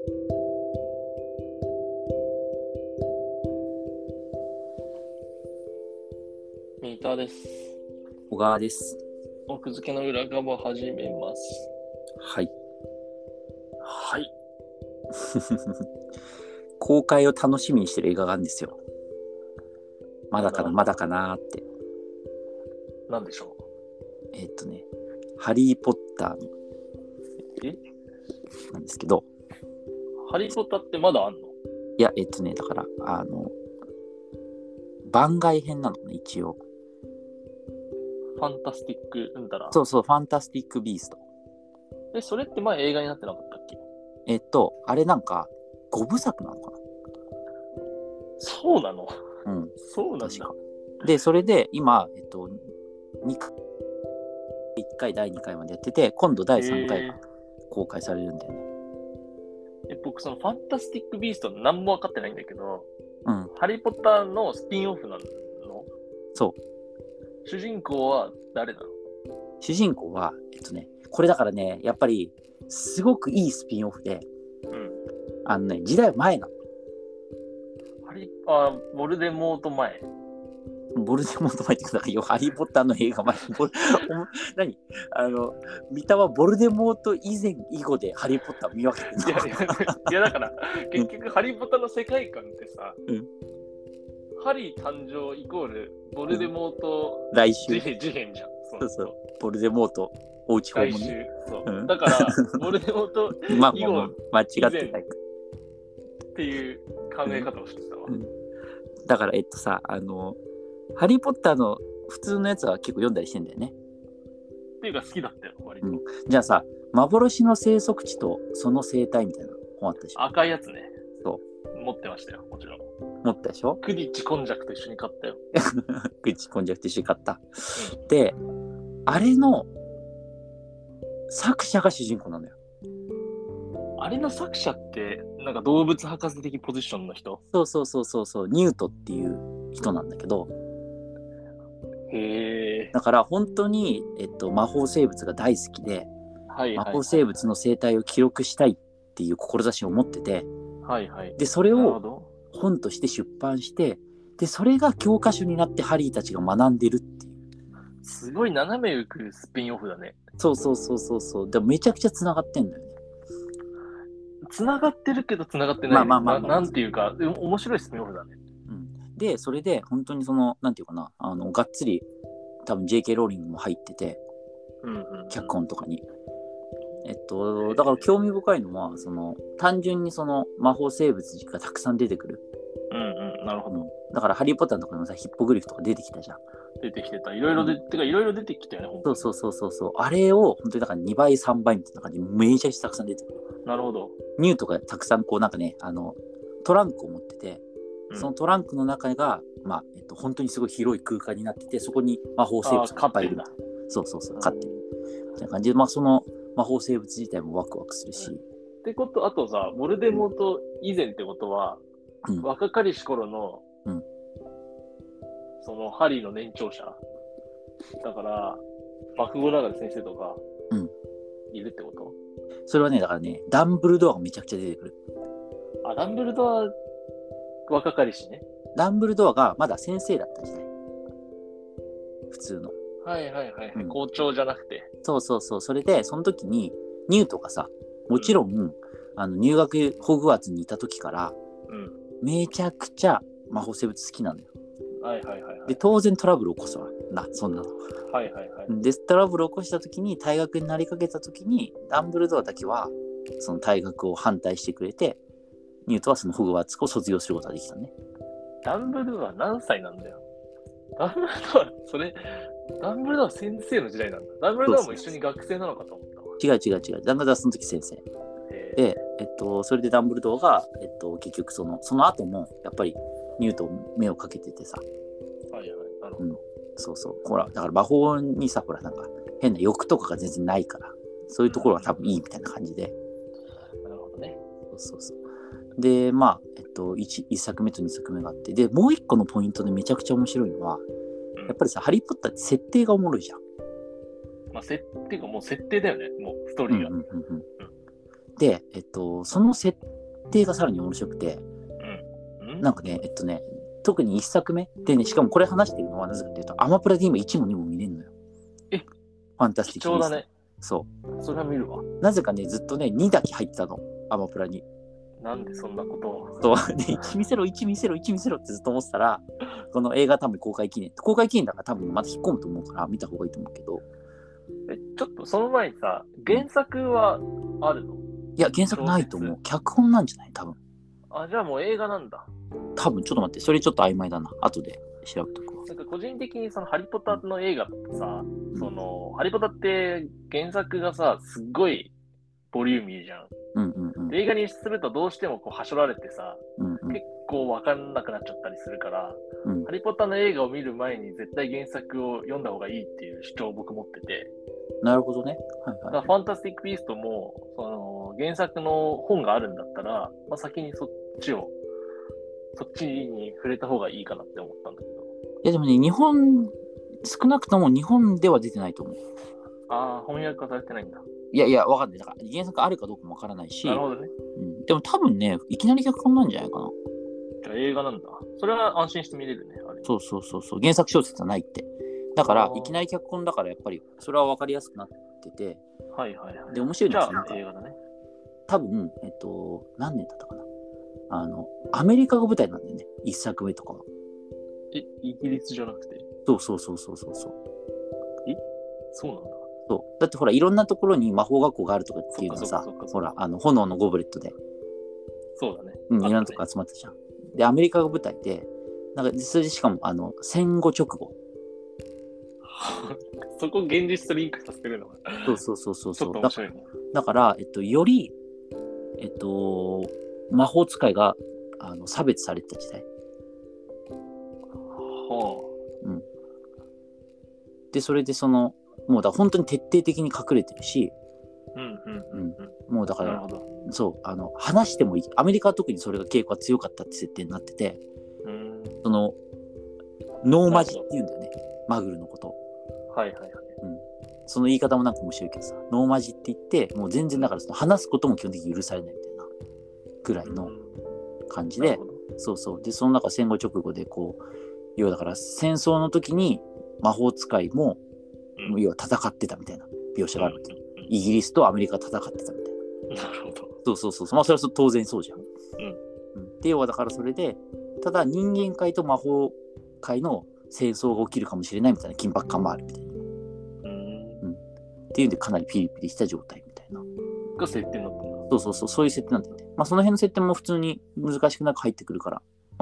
ミーターです。 小川です。 奥付けの裏側を始めます。 はい。 はい。 公開を楽しみにしてる映画があるんですよ。まだかな、まだかなーって。 なんでしょう。 ハリー・ポッターのなんですけど。 ハリー・ポッターってまだあんの？ いや、だから、番外編なのね、一応。 ファンタスティックうんたら。 そうそう、ファンタスティック・ビースト。 それって前映画になってなかったっけ？ あれなんか、5部作なのかな。 そうなの？ うん。 そうなんだ。 確か。で、それで、今、2回、1回、第2回までやってて、今度第3回が公開されるんだよね。 僕、そのファンタスティック・ビースト何も分かってないんだけど、 うん。 ハリー・ポッターのスピンオフなの？ そう。 主人公は誰なの？ 主人公は、これだからね、やっぱり、すごくいいスピンオフで、時代は前なの。 ボルデモート前。 ボルデモート前って言うか、ハリー・ポッターの映画前。何三田はボルデモート以前以後でハリー・ポッター見分けてるの？ いやだから、結局、ハリー・ポッターの世界観ってさ、ハリー誕生イコールボルデモート来週事変じゃん。 そう。ボルデモートおうち訪問。 来週。そう。だから、ボルデモート以後間違ってないっていう考え方をしてたわ。 だからハリー・ポッターの普通のやつは結構読んだりしてんだよね。 っていうか好きだったよ、割と。 じゃあさ、幻の生息地とその生態みたいな本あったでしょ。 赤いやつね。 そう。 持ってましたよ、もちろん。 持ったでしょ。 クディッチ・コンジャクと一緒に買ったよ。 クディッチ・コンジャクと一緒に買った。で、あれの作者が主人公なんだよ。 あれの作者ってなんか動物博士的ポジションの人？ そう、ニュートっていう人なんだけど。だから本当に、魔法生物が大好きで、魔法生物の生態を記録したいっていう志を持ってて、でそれを本として出版して、でそれが教科書になってハリーたちが学んでるっていう。 すごい斜めゆくスピンオフだね。 そう。でもめちゃくちゃ繋がってんだよね。 繋がってるけど繋がってない。なんていうか面白いスピンオフだね。 でそれで本当にそのなんていうかな、がっつり多分 J.K. ローリングも入ってて、脚本とかに。だから興味深いのはその単純にその魔法生物がたくさん出てくる。 なるほど。 だからハリーポッターのところのさヒッポグリフとか出てきたじゃん。 出てきてた。いろいろ出てきたよね。 そう。あれを本当にだから2倍3倍みたいな感じでめちゃくちゃたくさん出てくる。 なるほど。 ニューとかたくさんこうなんかねトランクを持ってて、そのトランクの中が本当にすごい広い空間になってて、そこに魔法生物がいっぱいいる。そう飼ってるみたいな感じで、その魔法生物自体もワクワクするし。 ってこと、あとさ、ボルデモート以前ってことは、若かりし頃の、そのハリーの年長者だから、マクゴナガル先生とか、いるってこと？ それはね、だからね、ダンブルドアがめちゃくちゃ出てくる。 ダンブルドア若かりしね。 ダンブルドアがまだ先生だった時代。普通の。 校長じゃなくて。 そう。それで、その時に、ニュートがさ、もちろん、入学ホグワーツにいた時から、めちゃくちゃ魔法生物好きなのよ。で、当然トラブル起こすわな、そんなの。で、トラブル起こした時に、退学になりかけた時に、ダンブルドアだけは、その退学を反対してくれて、ニュートはそのホグワーツを卒業することができたね。 ダンブルドア何歳なんだよ。ダンブルドア先生の時代なんだ。ダンブルドアも一緒に学生なのかと思ったわ。 違う。ダンブルドアはその時先生。で、それでダンブルドアが、結局その後も、やっぱりニュート目をかけててさ。 なるほど。 そう。ほら、だから魔法にさ、ほら、なんか変な欲とかが全然ないから、そういうところは多分いいみたいな感じで。 なるほどね。 そう。で、1作目と2作目があって、で、もう一個のポイントでめちゃくちゃ面白いのは、やっぱりさ、ハリー・ポッターって設定がおもろいじゃん。 設定がもう設定だよね、もうストーリーが。 で、その設定がさらに面白くて、 うんなんかね、特に1作目でね、しかもこれ話してるのはなぜかというと、アマプラで今1も2も見れるのよ。ファンタスティック・貴重だね。 そう。 それは見るわ。 なぜかね、ずっとね、2だけ入ってたの、アマプラに。 なんでそんなことを。 そう。で、1見せろってずっと思ってたら、この映画多分公開記念だから多分また引っ込むと思うから見た方がいいと思うけど。 ちょっとその前にさ、原作はあるの？ いや、原作ないと思う。脚本なんじゃない多分。 じゃあもう映画なんだ。 多分、ちょっと待って、それちょっと曖昧だな。後で調べとくわ。 なんか個人的にそのハリポタの映画ってさ、そのハリポタって原作がさ、すっごいボリューミーじゃん。映画にするとどうしてもこうはしょられてさ、結構わかんなくなっちゃったりするから、ハリポタの映画を見る前に絶対原作を読んだ方がいいっていう主張を僕持ってて。 なるほどね。 だからファンタスティック・ビーストもその原作の本があるんだったら、先にそっちに触れた方がいいかなって思ったんだけど。 いやでもね、少なくとも日本では出てないと思う。 翻訳化されてないんだ。 いや、わかんない。だから原作あるかどうかもわからないし。 なるほどね。 でも多分ね、いきなり脚本なんじゃないかな。 じゃあ映画なんだ。それは安心して見れるね。あれそう。原作小説はないって。だから、いきなり脚本だからやっぱり、それはわかりやすくなってて。で、面白いのは、 映画だね。 多分、何年だったかな。アメリカが舞台なんだよね。一作目とかは。 イギリスじゃなくて。 そう。 そうなんだ。 そう。だってほら、いろんなところに魔法学校があるとかっていうのはさ、ほら、炎のゴブレットで。 そうだね。 いろんなとこ集まってたじゃん。で、アメリカが舞台で、なんか、それでしかも、戦後直後。 そこ現実とリンクさせてるのが。 そう。 ちょっと面白いね。 だから、より、魔法使いが、差別されてた時代。で、それでもうだ本当に徹底的に隠れてるし、もうだから、そう、話してもいい。アメリカは特にそれが傾向が強かったって設定になってて、ノーマジって言うんだよね。マグルのこと。その言い方もなんか面白いけどさ、ノーマジって言って、もう全然だから話すことも基本的に許されないみたいなぐらいの感じで、そう。で、その中戦後直後で要はだから戦争の時に魔法使いも、要は戦ってたみたいな描写があるわけ。イギリスとアメリカが戦ってたみたいな。 なるほど。 そう。それは当然そうじゃん。で、要はだからそれで、ただ人間界と魔法界の戦争が起きるかもしれないみたいな緊迫感もあるみたいな。っていうんでかなりピリピリした状態みたいな。 が設定になってんだ。 そういう設定なんだよね。その辺の設定も普通に難しくなく入ってくるから、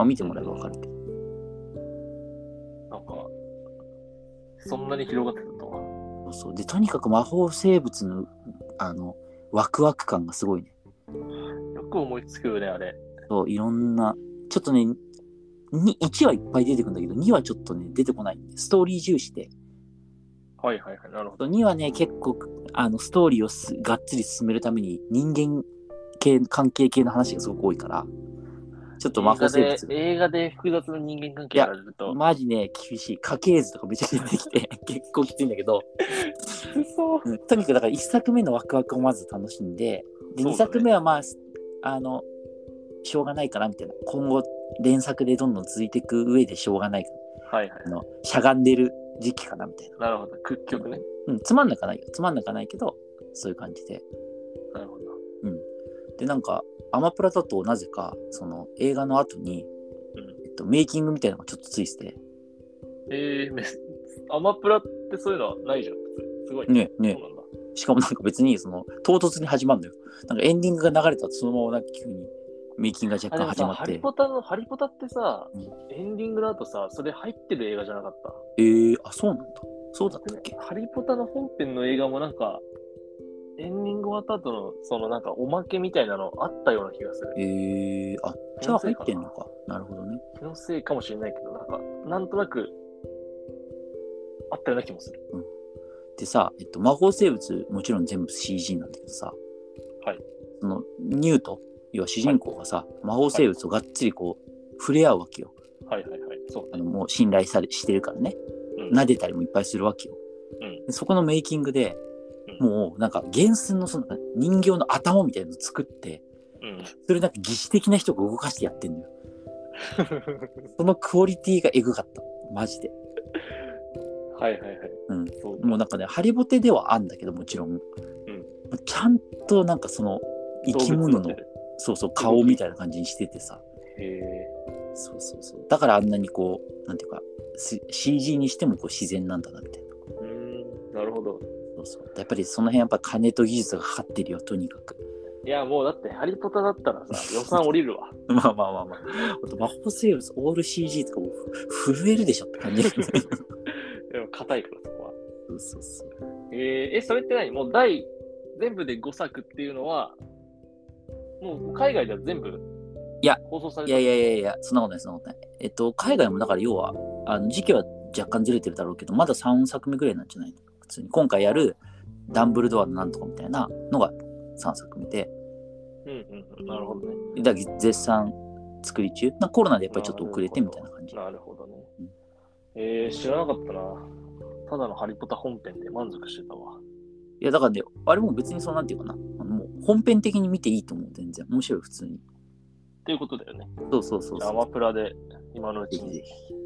見てもらえばわかるけど。 なんか、そんなに広がってたとは。 そう。で、とにかく魔法生物の、ワクワク感がすごいね。 よく思いつくよね、あれ。 そう、いろんな、ちょっとね、1はいっぱい出てくるんだけど、2はちょっとね、出てこない。ストーリー重視で。なるほど。2はね、結構、ストーリーをがっつり進めるために、人間関係系の話がすごく多いから、ちょっと魔法生物。 映画で複雑な人間関係があると。 マジね、厳しい。家系図とかめちゃくちゃ出てきて、結構きついんだけど。とにかくだから1作目のワクワクをまず楽しんで、2作目はしょうがないかなみたいな。今後、連作でどんどん続いていく上でしょうがない。しゃがんでる時期かなみたいな。 なるほど。屈曲ね。 つまんなくないけど、そういう感じで。 なるほど。 で、なんか、アマプラだとなぜか、映画の後に、メイキングみたいなのがちょっとついてて。 アマプラってそういうのはないじゃん、普通。すごいね。しかもなんか別に、唐突に始まるんだよ。なんかエンディングが流れた後、そのままなんか急にメイキングが若干始まって。 ハリポタってさ、エンディングの後さ、それ入ってる映画じゃなかった？ そうなんだ。そうだったっけ？ ハリポタの本編の映画もなんか、エンディング終わった後の、なんかおまけみたいなのあったような気がする。 じゃあ入ってんのか。なるほどね。 気のせいかもしれないけど、なんとなく、あったような気もする。 でさ、魔法生物、もちろん全部 CG なんだけどさ、ニュート、要は主人公がさ、魔法生物をがっつり触れ合うわけよ。 そう。 もう信頼してるからね。撫でたりもいっぱいするわけよ。でそこのメイキングで、もうなんか原寸の人形の頭みたいなのを作って、 それなんか疑似的な人が動かしてやってんのよ。そのクオリティがエグかった。マジで。 はいはいはい。 うん。もうなんかね、ハリボテではあんだけど、もちろん。うん。ちゃんとなんかその生き物の、そうそう、顔みたいな感じにしててさ。へえ。そうそうそう。だからあんなにこう、なんていうか、CG にしてもこう自然なんだなみたいな。なるほど。 そうそう。やっぱりその辺やっぱ金と技術がかかってるよ、とにかく。 いや、もうだってハリポタだったらさ、予算降りるわ。 まあ。魔法生物オール CG とかも震えるでしょって感じ。 でも硬いからそこは。 そう。 それって何？もう全部で5作っていうのは、もう海外では全部放送されてる？ いや、そんなことない。海外もだから要は、時期は若干ずれてるだろうけど、まだ3作目ぐらいなんじゃないの？普通に。今回やるダンブルドアのなんとかみたいなのが3作目で。 なるほどね。 だから絶賛作り中。コロナでやっぱりちょっと遅れてみたいな感じ。 なるほどね。知らなかったな。ただのハリポタ本編で満足してたわ。 いやだからね、あれも別にそうなんていうかな。もう本編的に見ていいと思う。全然。面白い、普通に。 っていうことだよね。 そう。 アマプラで今のうちに。